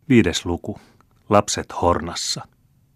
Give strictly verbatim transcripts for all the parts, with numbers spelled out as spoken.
Viides luku. Lapset Hornassa.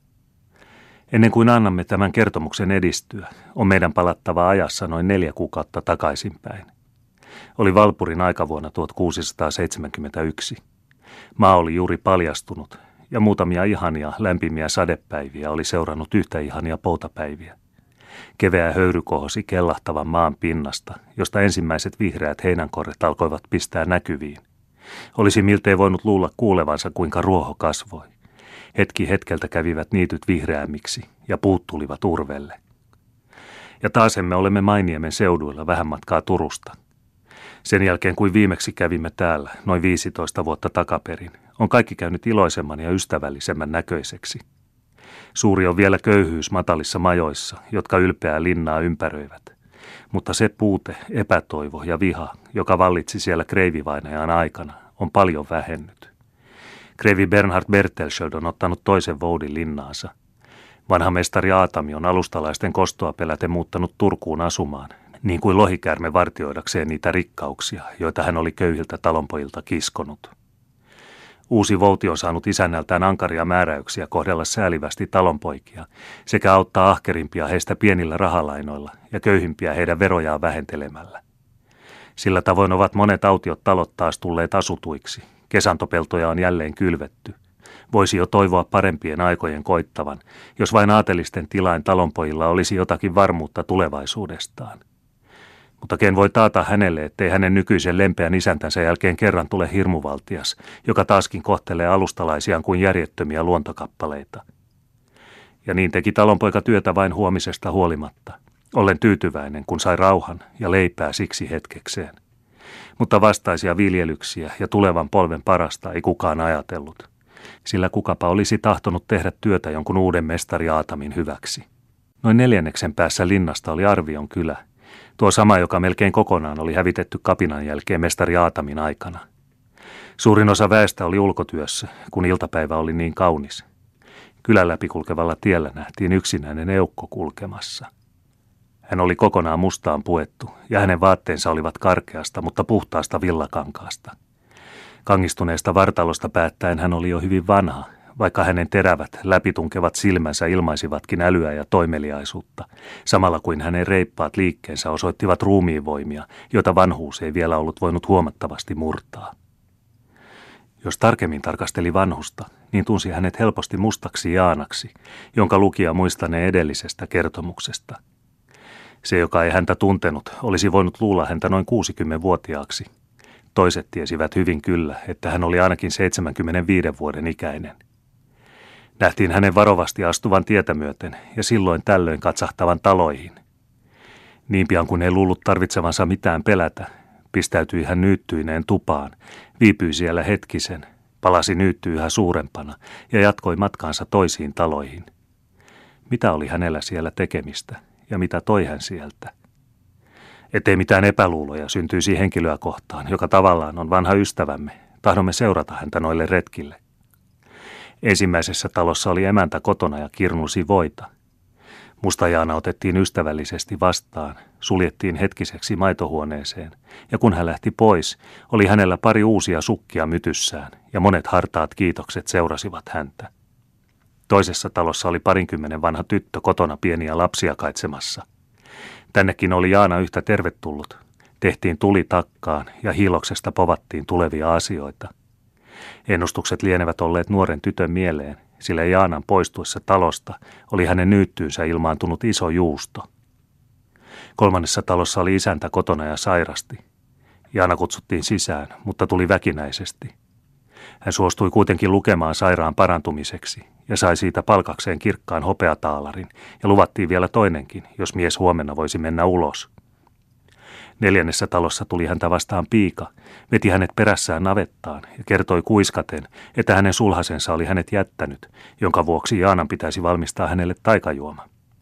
Ennen kuin annamme tämän kertomuksen edistyä, on meidän palattava ajassa noin neljä kuukautta takaisinpäin. Oli Valpurin aikavuonna tuhatkuusisataaseitsemänkymmentäyksi. Maa oli juuri paljastunut, ja muutamia ihania lämpimiä sadepäiviä oli seurannut yhtä ihania poutapäiviä. Keveä höyry kohosi kellahtavan maan pinnasta, josta ensimmäiset vihreät heinänkorret alkoivat pistää näkyviin. Olisi miltei voinut luulla kuulevansa, kuinka ruoho kasvoi. Hetki hetkeltä kävivät niityt vihreämmiksi ja puut tulivat urvelle. Ja taasemme olemme Mainiemen seuduilla vähän matkaa Turusta. Sen jälkeen, kuin viimeksi kävimme täällä, noin viisitoista vuotta takaperin, on kaikki käynyt iloisemman ja ystävällisemmän näköiseksi. Suuri on vielä köyhyys matalissa majoissa, jotka ylpeää linnaa ympäröivät. Mutta se puute, epätoivo ja viha, joka vallitsi siellä kreivivainajan aikana, on paljon vähennyt. Kreivi Bernhard Bertelschöld on ottanut toisen voudin linnaansa. Vanha mestari Aatami on alustalaisten kostoa peläten muuttanut Turkuun asumaan, niin kuin lohikäärme vartioidakseen niitä rikkauksia, joita hän oli köyhiltä talonpojilta kiskonut. Uusi vouti on saanut isännältään ankaria määräyksiä kohdella säälivästi talonpoikia sekä auttaa ahkerimpia heistä pienillä rahalainoilla ja köyhimpiä heidän verojaan vähentelemällä. Sillä tavoin ovat monet autiot talot taas tulleet asutuiksi. Kesantopeltoja on jälleen kylvetty. Voisi jo toivoa parempien aikojen koittavan, jos vain aatelisten tilain talonpojilla olisi jotakin varmuutta tulevaisuudestaan. Mutta ken voi taata hänelle, ettei hänen nykyisen lempeän isäntänsä jälkeen kerran tule hirmuvaltias, joka taaskin kohtelee alustalaisiaan kuin järjettömiä luontokappaleita. Ja niin teki talonpoika työtä vain huomisesta huolimatta. Olen tyytyväinen, kun sai rauhan ja leipää siksi hetkekseen. Mutta vastaisia viljelyksiä ja tulevan polven parasta ei kukaan ajatellut, sillä kukapa olisi tahtonut tehdä työtä jonkun uuden mestari Aatamin hyväksi. Noin neljänneksen päässä linnasta oli Arvion kylä, tuo sama, joka melkein kokonaan oli hävitetty kapinan jälkeen mestari Aatamin aikana. Suurin osa väestä oli ulkotyössä, kun iltapäivä oli niin kaunis. Kylän läpi kulkevalla tiellä nähtiin yksinäinen eukko kulkemassa. Hän oli kokonaan mustaan puettu, ja hänen vaatteensa olivat karkeasta, mutta puhtaasta villakankaasta. Kangistuneesta vartalosta päättäen hän oli jo hyvin vanha, vaikka hänen terävät, läpitunkevat silmänsä ilmaisivatkin älyä ja toimeliaisuutta, samalla kuin hänen reippaat liikkeensä osoittivat ruumiinvoimia, joita vanhuus ei vielä ollut voinut huomattavasti murtaa. Jos tarkemmin tarkasteli vanhusta, niin tunsi hänet helposti mustaksi Jaanaksi, jonka lukija muistanee edellisestä kertomuksesta. Se, joka ei häntä tuntenut, olisi voinut luulla häntä noin kuusikymmenvuotiaaksi. Toiset tiesivät hyvin kyllä, että hän oli ainakin seitsemänkymmentäviisi vuoden ikäinen. Nähtiin hänen varovasti astuvan tietä myöten ja silloin tällöin katsahtavan taloihin. Niin pian kuin ei luullut tarvitsevansa mitään pelätä, pistäytyi hän nyyttyineen tupaan, viipyi siellä hetkisen, palasi nyytty yhä suurempana ja jatkoi matkaansa toisiin taloihin. Mitä oli hänellä siellä tekemistä ja mitä toi hän sieltä? Ettei mitään epäluuloja syntyisi henkilöä kohtaan, joka tavallaan on vanha ystävämme, tahdomme seurata häntä noille retkille. Ensimmäisessä talossa oli emäntä kotona ja kirnusi voita. Musta Jaana otettiin ystävällisesti vastaan, suljettiin hetkiseksi maitohuoneeseen, ja kun hän lähti pois, oli hänellä pari uusia sukkia mytyssään, ja monet hartaat kiitokset seurasivat häntä. Toisessa talossa oli parinkymmenen vanha tyttö kotona pieniä lapsia kaitsemassa. Tännekin oli Jaana yhtä tervetullut. Tehtiin tuli takkaan ja hiiloksesta povattiin tulevia asioita. Ennustukset lienevät olleet nuoren tytön mieleen, sillä Jaanan poistuessa talosta oli hänen nyyttyynsä ilmaantunut iso juusto. Kolmannessa talossa oli isäntä kotona ja sairasti. Jaana kutsuttiin sisään, mutta tuli väkinäisesti. Hän suostui kuitenkin lukemaan sairaan parantumiseksi ja sai siitä palkakseen kirkkaan hopeataalarin ja luvattiin vielä toinenkin, jos mies huomenna voisi mennä ulos. Neljännessä talossa tuli häntä vastaan piika, veti hänet perässään navettaan ja kertoi kuiskaten, että hänen sulhasensa oli hänet jättänyt, jonka vuoksi Jaanan pitäisi valmistaa hänelle taikajuoma.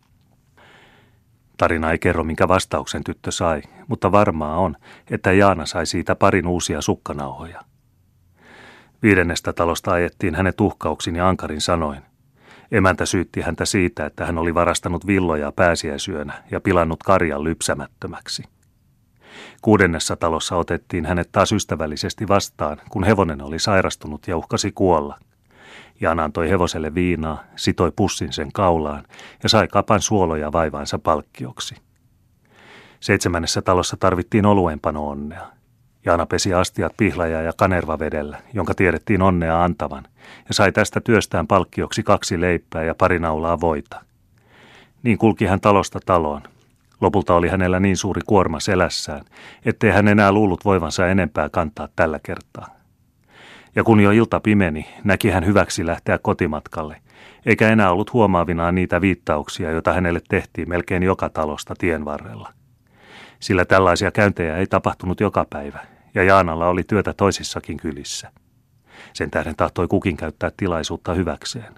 Tarina ei kerro, minkä vastauksen tyttö sai, mutta varmaa on, että Jaana sai siitä parin uusia sukkanauhoja. Viidennestä talosta ajettiin hänet uhkauksin ja ankarin sanoin. Emäntä syytti häntä siitä, että hän oli varastanut villoja pääsiäisyönä ja pilannut karjan lypsämättömäksi. Kuudennessa talossa otettiin hänet taas ystävällisesti vastaan, kun hevonen oli sairastunut ja uhkasi kuolla. Jaana antoi hevoselle viinaa, sitoi pussin sen kaulaan ja sai kapan suoloja vaivaansa palkkioksi. Seitsemännessä talossa tarvittiin oluenpano onnea. Jaana pesi astiat pihlaja- ja kanervavedellä, jonka tiedettiin onnea antavan, ja sai tästä työstään palkkioksi kaksi leipää ja pari naulaa voita. Niin kulki hän talosta taloon. Lopulta oli hänellä niin suuri kuorma selässään, ettei hän enää luullut voivansa enempää kantaa tällä kertaa. Ja kun jo ilta pimeni, näki hän hyväksi lähteä kotimatkalle, eikä enää ollut huomaavinaan niitä viittauksia, joita hänelle tehtiin melkein joka talosta tien varrella. Sillä tällaisia käyntejä ei tapahtunut joka päivä, ja Jaanalla oli työtä toisissakin kylissä. Sen tähden tahtoi kukin käyttää tilaisuutta hyväkseen.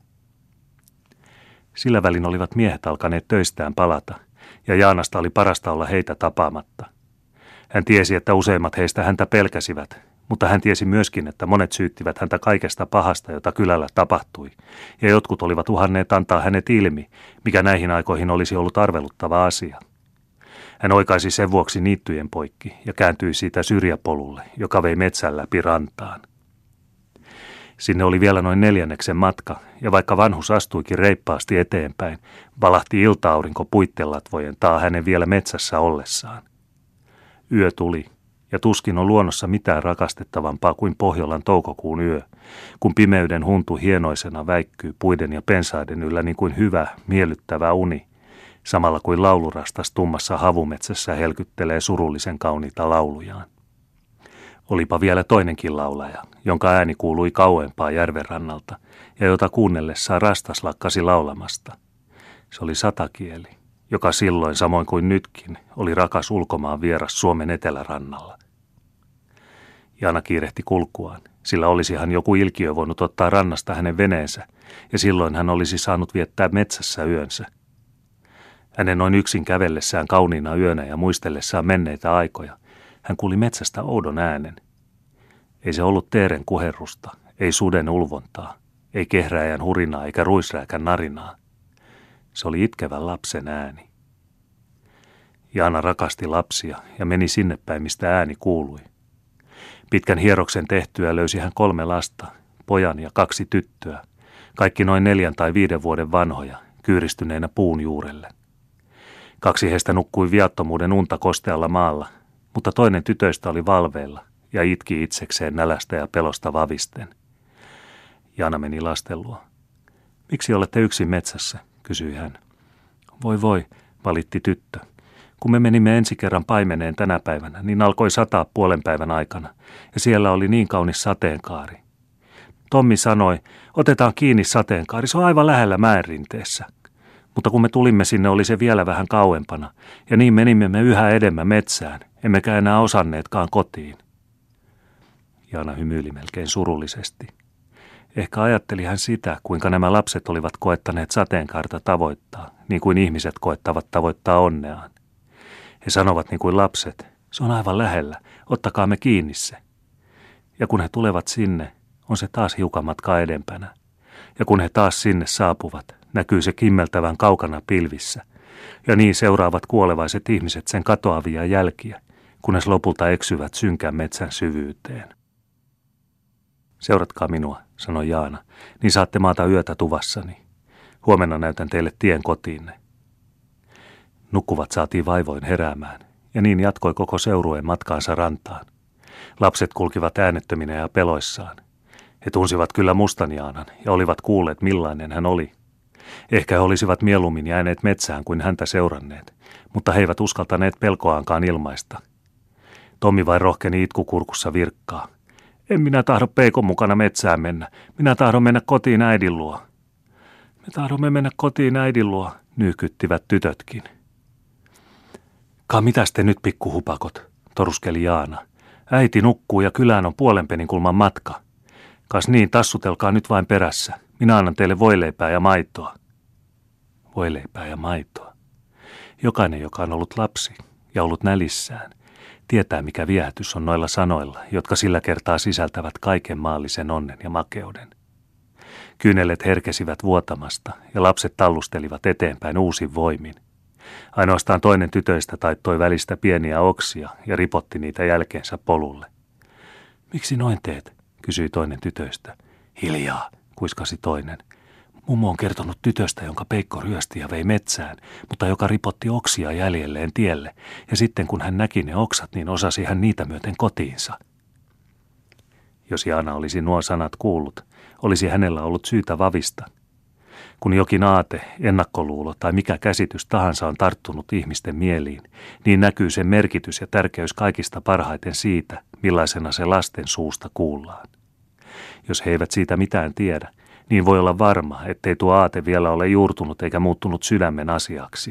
Sillä välin olivat miehet alkaneet töistään palata, ja Jaanasta oli parasta olla heitä tapaamatta. Hän tiesi, että useimmat heistä häntä pelkäsivät, mutta hän tiesi myöskin, että monet syyttivät häntä kaikesta pahasta, jota kylällä tapahtui, ja jotkut olivat uhanneet antaa hänet ilmi, mikä näihin aikoihin olisi ollut arveluttava asia. Hän oikaisi sen vuoksi niittyjen poikki ja kääntyi siitä syrjäpolulle, joka vei metsän läpi rantaan. Sinne oli vielä noin neljänneksen matka, ja vaikka vanhus astuikin reippaasti eteenpäin, valahti ilta-aurinko puittelatvojen taa hänen vielä metsässä ollessaan. Yö tuli, ja tuskin on luonnossa mitään rakastettavampaa kuin Pohjolan toukokuun yö, kun pimeyden huntu hienoisena väikkyy puiden ja pensaiden yllä niin kuin hyvä, miellyttävä uni, samalla kuin laulurastas tummassa havumetsässä helkyttelee surullisen kauniita laulujaan. Olipa vielä toinenkin laulaja, jonka ääni kuului kauempaa järvenrannalta ja jota kuunnellessaan rastas lakkasi laulamasta. Se oli satakieli, joka silloin, samoin kuin nytkin, oli rakas ulkomaan vieras Suomen etelärannalla. Jaana kiirehti kulkuaan, sillä olisihan joku ilkiö voinut ottaa rannasta hänen veneensä, ja silloin hän olisi saanut viettää metsässä yönsä. Hänen noin yksin kävellessään kauniina yönä ja muistellessaan menneitä aikoja, hän kuuli metsästä oudon äänen. Ei se ollut teeren kuherrusta, ei suden ulvontaa, ei kehräjän hurinaa eikä ruisrääkän narinaa. Se oli itkevän lapsen ääni. Jaana rakasti lapsia ja meni sinne päin, mistä ääni kuului. Pitkän hieroksen tehtyä löysi hän kolme lasta, pojan ja kaksi tyttöä, kaikki noin neljän tai viiden vuoden vanhoja, kyyristyneenä puun juurelle. Kaksi heistä nukkui viattomuuden unta kostealla maalla, mutta toinen tytöistä oli valveilla ja itki itsekseen nälästä ja pelosta vavisten. Jaana meni lasten luo. Miksi olette yksin metsässä, kysyi hän. Voi voi, valitti tyttö. Kun me menimme ensi kerran paimeneen tänä päivänä, niin alkoi sataa puolen päivän aikana, ja siellä oli niin kaunis sateenkaari. Tommi sanoi, otetaan kiinni sateenkaari, se on aivan lähellä mäenrinteessä. Mutta kun me tulimme sinne, oli se vielä vähän kauempana, ja niin menimme me yhä edemmän metsään, emmekä enää osanneetkaan kotiin. Jaana hymyili melkein surullisesti. Ehkä ajatteli hän sitä, kuinka nämä lapset olivat koettaneet sateenkaarta tavoittaa, niin kuin ihmiset koettavat tavoittaa onneaan. He sanovat niin kuin lapset, se on aivan lähellä, ottakaa me kiinni se. Ja kun he tulevat sinne, on se taas hiukan matkaa edempänä. Ja kun he taas sinne saapuvat, näkyy se kimmeltävän kaukana pilvissä. Ja niin seuraavat kuolevaiset ihmiset sen katoavia jälkiä, kunnes lopulta eksyvät synkän metsän syvyyteen. Seuratkaa minua, sanoi Jaana, niin saatte maata yötä tuvassani. Huomenna näytän teille tien kotiinne. Nukkuvat saatiin vaivoin heräämään, ja niin jatkoi koko seurue matkaansa rantaan. Lapset kulkivat äänettöminä ja peloissaan. He tunsivat kyllä mustan Jaanan ja olivat kuulleet, millainen hän oli. Ehkä he olisivat mieluummin jääneet metsään kuin häntä seuranneet, mutta he eivät uskaltaneet pelkoaankaan ilmaista. Tommi vain rohkeni itkukurkussa virkkaa. En minä tahdo Peikon mukana metsään mennä. Minä tahdon mennä kotiin äidin luo. Me tahdomme mennä kotiin äidin luo, nyykyttivät tytötkin. Ka mitäs te nyt pikkuhupakot, toruskeli Jaana. Äiti nukkuu ja kylään on puolen penin kulman matka. Kas niin, tassutelkaa nyt vain perässä. Minä annan teille voileipää ja maitoa. Voileipää ja maitoa. Jokainen, joka on ollut lapsi ja ollut nälissään, tietää mikä viehätys on noilla sanoilla, jotka sillä kertaa sisältävät kaiken maallisen onnen ja makeuden. Kyynelet herkesivät vuotamasta ja lapset tallustelivat eteenpäin uusin voimin. Ainoastaan toinen tytöistä taittoi välistä pieniä oksia ja ripotti niitä jälkeensä polulle. Miksi noin teet, kysyi toinen tytöistä. Hiljaa, kuiskasi toinen. Mummo on kertonut tytöstä, jonka peikko ryösti ja vei metsään, mutta joka ripotti oksia jäljelleen tielle, ja sitten kun hän näki ne oksat, niin osasi hän niitä myöten kotiinsa. Jos Jaana olisi nuo sanat kuullut, olisi hänellä ollut syytä vavista. Kun jokin aate, ennakkoluulo tai mikä käsitys tahansa on tarttunut ihmisten mieliin, niin näkyy sen merkitys ja tärkeys kaikista parhaiten siitä, millaisena se lasten suusta kuullaan. Jos he eivät siitä mitään tiedä, niin voi olla varma, ettei tuo aate vielä ole juurtunut eikä muuttunut sydämen asiaksi.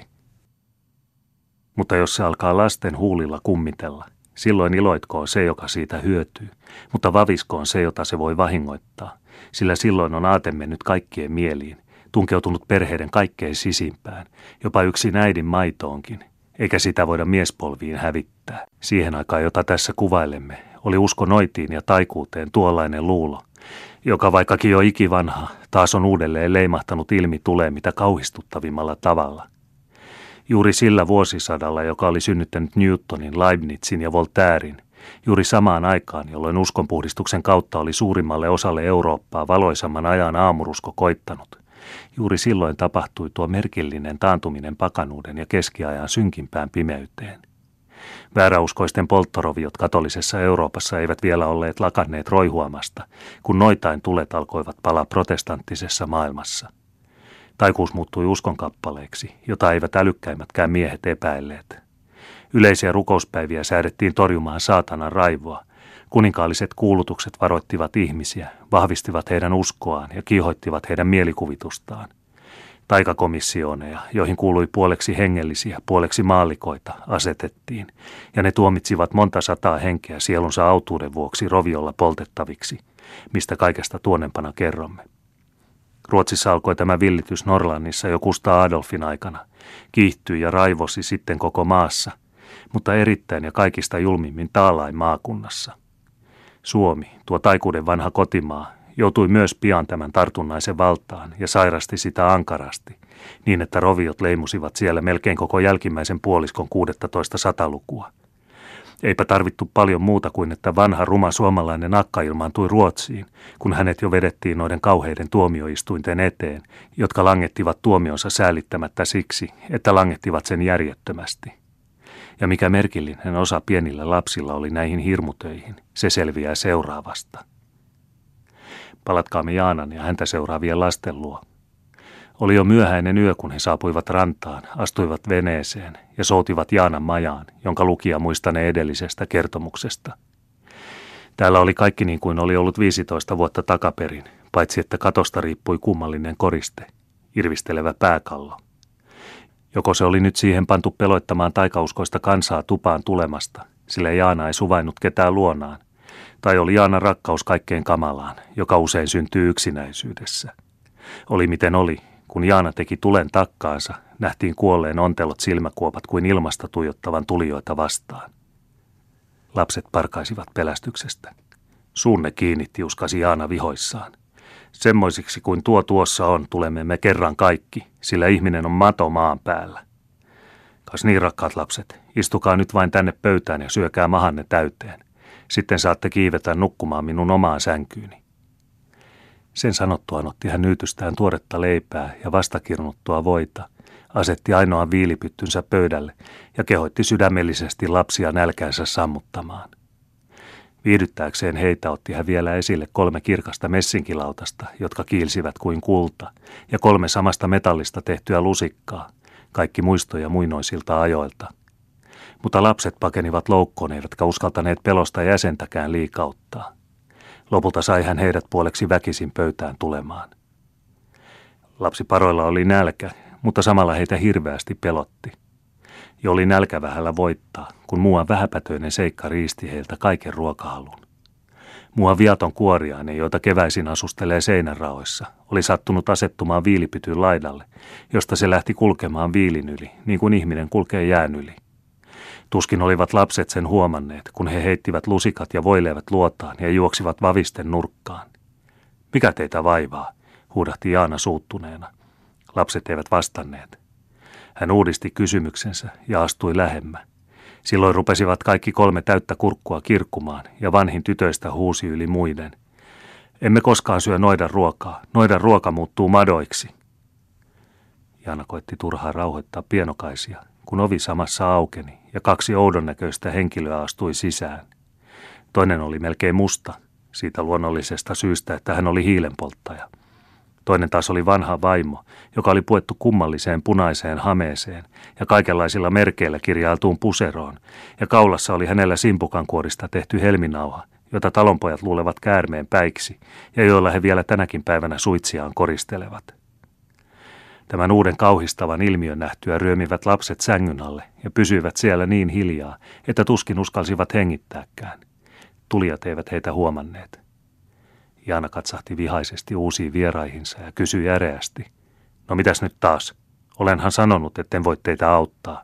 Mutta jos se alkaa lasten huulilla kummitella, silloin iloitkoon se, joka siitä hyötyy, mutta vaviskoon se, jota se voi vahingoittaa, sillä silloin on aate mennyt kaikkien mieliin, tunkeutunut perheiden kaikkein sisimpään, jopa yksin äidin maitoonkin, eikä sitä voida miespolviin hävittää. Siihen aikaan, jota tässä kuvailemme, oli usko noitiin ja taikuuteen tuollainen luulo, joka vaikkakin jo ikivanha, taas on uudelleen leimahtanut ilmi tulee mitä kauhistuttavimmalla tavalla. Juuri sillä vuosisadalla, joka oli synnyttänyt Newtonin, Leibnizin ja Voltairen, juuri samaan aikaan, jolloin uskonpuhdistuksen kautta oli suurimmalle osalle Eurooppaa valoisamman ajan aamurusko koittanut, juuri silloin tapahtui tuo merkillinen taantuminen pakanuuden ja keskiajan synkimpään pimeyteen. Vääräuskoisten polttoroviot katolisessa Euroopassa eivät vielä olleet lakanneet roihuamasta, kun noitain tulet alkoivat palaa protestanttisessa maailmassa. Taikuus muuttui uskonkappaleeksi, jota eivät älykkäimmätkään miehet epäilleet. Yleisiä rukouspäiviä säädettiin torjumaan saatanan raivoa. Kuninkaalliset kuulutukset varoittivat ihmisiä, vahvistivat heidän uskoaan ja kiihoittivat heidän mielikuvitustaan. Taikakomissioneja, joihin kuului puoleksi hengellisiä, puoleksi maallikoita, asetettiin, ja ne tuomitsivat monta sataa henkeä sielunsa autuuden vuoksi roviolla poltettaviksi, mistä kaikesta tuonnempana kerromme. Ruotsissa alkoi tämä villitys Norlannissa jo Kustaa Adolfin aikana, kiihtyi ja raivosi sitten koko maassa, mutta erittäin ja kaikista julmimmin Taalain maakunnassa. Suomi, tuo taikuuden vanha kotimaa, joutui myös pian tämän tartunnaisen valtaan ja sairasti sitä ankarasti, niin että roviot leimusivat siellä melkein koko jälkimmäisen puoliskon kuusitoista satalukua. Eipä tarvittu paljon muuta kuin, että vanha ruma suomalainen akka ilmaantui Ruotsiin, kun hänet jo vedettiin noiden kauheiden tuomioistuinten eteen, jotka langettivat tuomionsa säälittämättä siksi, että langettivat sen järjettömästi. Ja mikä merkillinen osa pienillä lapsilla oli näihin hirmutöihin, se selviää seuraavasta. Palatkaamme Jaanan ja häntä seuraavien lasten luo. Oli jo myöhäinen yö, kun he saapuivat rantaan, astuivat veneeseen ja soutivat Jaanan majaan, jonka lukija muistanee edellisestä kertomuksesta. Täällä oli kaikki niin kuin oli ollut viisitoista vuotta takaperin, paitsi että katosta riippui kummallinen koriste, irvistelevä pääkallo. Joko se oli nyt siihen pantu peloittamaan taikauskoista kansaa tupaan tulemasta, sillä Jaana ei suvainnut ketään luonaan, tai oli Jaanan rakkaus kaikkeen kamalaan, joka usein syntyy yksinäisyydessä. Oli miten oli, kun Jaana teki tulen takkaansa, nähtiin kuolleen ontelot silmäkuopat kuin ilmasta tuijottavan tulijoita vastaan. Lapset parkaisivat pelästyksestä. Suunne kiinni, tiuskasi Jaana vihoissaan. Semmoisiksi kuin tuo tuossa on, tulemme me kerran kaikki, sillä ihminen on mato maan päällä. Kas niin, rakkaat lapset, istukaa nyt vain tänne pöytään ja syökää mahanne täyteen. Sitten saatte kiivetä nukkumaan minun omaan sänkyyni. Sen sanottuaan otti hän nyytystään tuoretta leipää ja vastakirnuttua voita, asetti ainoan viilipyttynsä pöydälle ja kehoitti sydämellisesti lapsia nälkäänsä sammuttamaan. Viihdyttääkseen heitä otti hän vielä esille kolme kirkasta messinkilautasta, jotka kiilsivät kuin kulta, ja kolme samasta metallista tehtyä lusikkaa, kaikki muistoja muinoisilta ajoilta. Mutta lapset pakenivat loukkoon, eivätkä uskaltaneet pelosta jäsentäkään liikauttaa. Lopulta sai hän heidät puoleksi väkisin pöytään tulemaan. Lapsiparoilla oli nälkä, mutta samalla heitä hirveästi pelotti. Jo oli nälkä vähällä voittaa, kun muuan vähäpätöinen seikka riisti heiltä kaiken ruokahalun. Muuan viaton kuoriainen, joita keväisin asustelee seinänraoissa, oli sattunut asettumaan viilipytyn laidalle, josta se lähti kulkemaan viilin yli, niin kuin ihminen kulkee jään yli. Tuskin olivat lapset sen huomanneet, kun he heittivät lusikat ja voileivät luotaan ja juoksivat vavisten nurkkaan. Mikä teitä vaivaa, huudahti Jaana suuttuneena. Lapset eivät vastanneet. Hän uudisti kysymyksensä ja astui lähemmä. Silloin rupesivat kaikki kolme täyttä kurkkua kirkkumaan ja vanhin tytöistä huusi yli muiden. Emme koskaan syö noidan ruokaa. Noidan ruoka muuttuu madoiksi. Jaana koitti turhaan rauhoittaa pienokaisia, kun ovi samassa aukeni ja kaksi oudon näköistä henkilöä astui sisään. Toinen oli melkein musta, siitä luonnollisesta syystä, että hän oli hiilenpolttaja. Toinen taas oli vanha vaimo, joka oli puettu kummalliseen punaiseen hameeseen ja kaikenlaisilla merkeillä kirjailtuun puseroon, ja kaulassa oli hänellä simpukankuorista tehty helminauha, jota talonpojat luulevat käärmeen päiksi ja joilla he vielä tänäkin päivänä suitsiaan koristelevat. Tämän uuden kauhistavan ilmiön nähtyä ryömivät lapset sängyn alle ja pysyivät siellä niin hiljaa, että tuskin uskalsivat hengittääkään. Tulijat eivät heitä huomanneet. Jaana katsahti vihaisesti uusiin vieraihinsa ja kysyi äreästi. No mitäs nyt taas? Olenhan sanonut, etten voi teitä auttaa.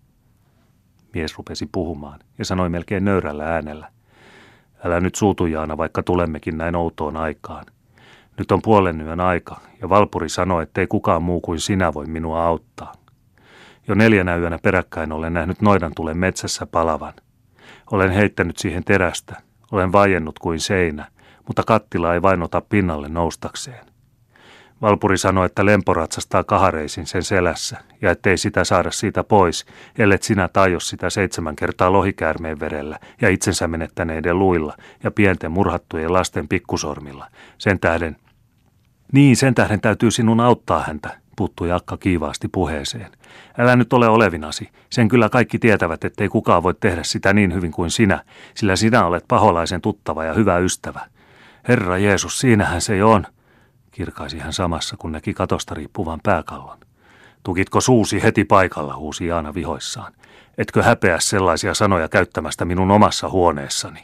Mies rupesi puhumaan ja sanoi melkein nöyrällä äänellä. Älä nyt suutu, Jaana, vaikka tulemmekin näin outoon aikaan. Nyt on puolen yön aika ja Valpuri sanoi, ettei kukaan muu kuin sinä voi minua auttaa. Jo neljänä yönä peräkkäin olen nähnyt noidan tulen metsässä palavan. Olen heittänyt siihen terästä, olen vaiennut kuin seinä, mutta kattila ei vain ota pinnalle noustakseen. Valpuri sanoi, että lempo ratsastaa kahareisin sen selässä ja ettei sitä saada siitä pois, ellet sinä taios sitä seitsemän kertaa lohikäärmeen verellä ja itsensä menettäneiden luilla ja pienten murhattujen lasten pikkusormilla. Sen tähden, niin sen tähden täytyy sinun auttaa häntä, puuttui Akka kiivaasti puheeseen. Älä nyt ole olevinasi, sen kyllä kaikki tietävät, ettei kukaan voi tehdä sitä niin hyvin kuin sinä, sillä sinä olet paholaisen tuttava ja hyvä ystävä. Herra Jeesus, siinähän se jo on, kirkaisi hän samassa, kun näki katosta riippuvan pääkallon. Tukitko suusi heti paikalla, huusi Jaana vihoissaan. Etkö häpeä sellaisia sanoja käyttämästä minun omassa huoneessani?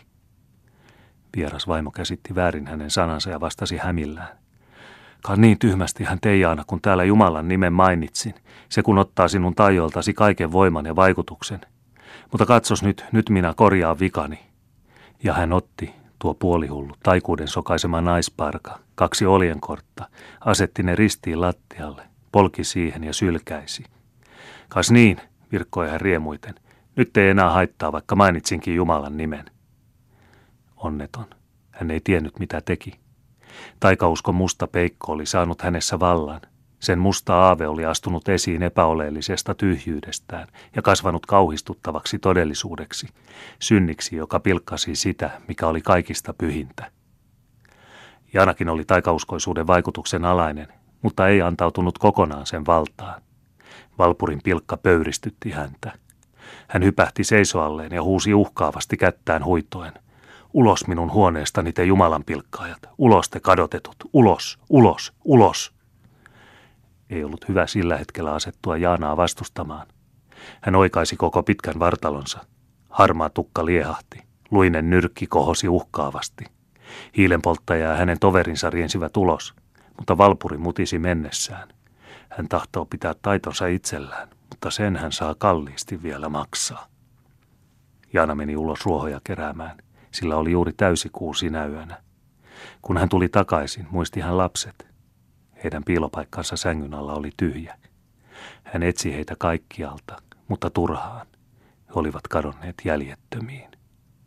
Vieras vaimo käsitti väärin hänen sanansa ja vastasi hämillään. Ka niin tyhmästi hän tei, Jaana, kun täällä Jumalan nimen mainitsin, se kun ottaa sinun taioltasi kaiken voiman ja vaikutuksen. Mutta katsos nyt, nyt minä korjaan vikani. Ja hän otti, tuo puolihullu, taikuuden sokaisema naisparka, kaksi oljenkortta, asetti ne ristiin lattialle, polki siihen ja sylkäisi. Kas niin, virkkoi hän riemuiten, nyt ei enää haittaa, vaikka mainitsinkin Jumalan nimen. Onneton, hän ei tiennyt mitä teki. Taikauskon musta peikko oli saanut hänessä vallan. Sen musta aave oli astunut esiin epäoleellisesta tyhjyydestään ja kasvanut kauhistuttavaksi todellisuudeksi, synniksi, joka pilkkasi sitä, mikä oli kaikista pyhintä. Jaanakin oli taikauskoisuuden vaikutuksen alainen, mutta ei antautunut kokonaan sen valtaan. Valpurin pilkka pöyristytti häntä. Hän hypähti seisoalleen ja huusi uhkaavasti kättään huitoen. Ulos minun huoneestani te Jumalan pilkkaajat, ulos te kadotetut, ulos, ulos, ulos. Ei ollut hyvä sillä hetkellä asettua Jaanaa vastustamaan. Hän oikaisi koko pitkän vartalonsa. Harmaa tukka liehahti, luinen nyrkki kohosi uhkaavasti. Hiilenpolttaja ja hänen toverinsa riensivät ulos, mutta Valpuri mutisi mennessään. Hän tahtoo pitää taitonsa itsellään, mutta sen hän saa kalliisti vielä maksaa. Jaana meni ulos ruohoja keräämään, sillä oli juuri täysikuu sinä yönä. Kun hän tuli takaisin, muisti hän lapset. Heidän piilopaikkansa sängyn alla oli tyhjä. Hän etsi heitä kaikkialta, mutta turhaan. He olivat kadonneet jäljettömiin.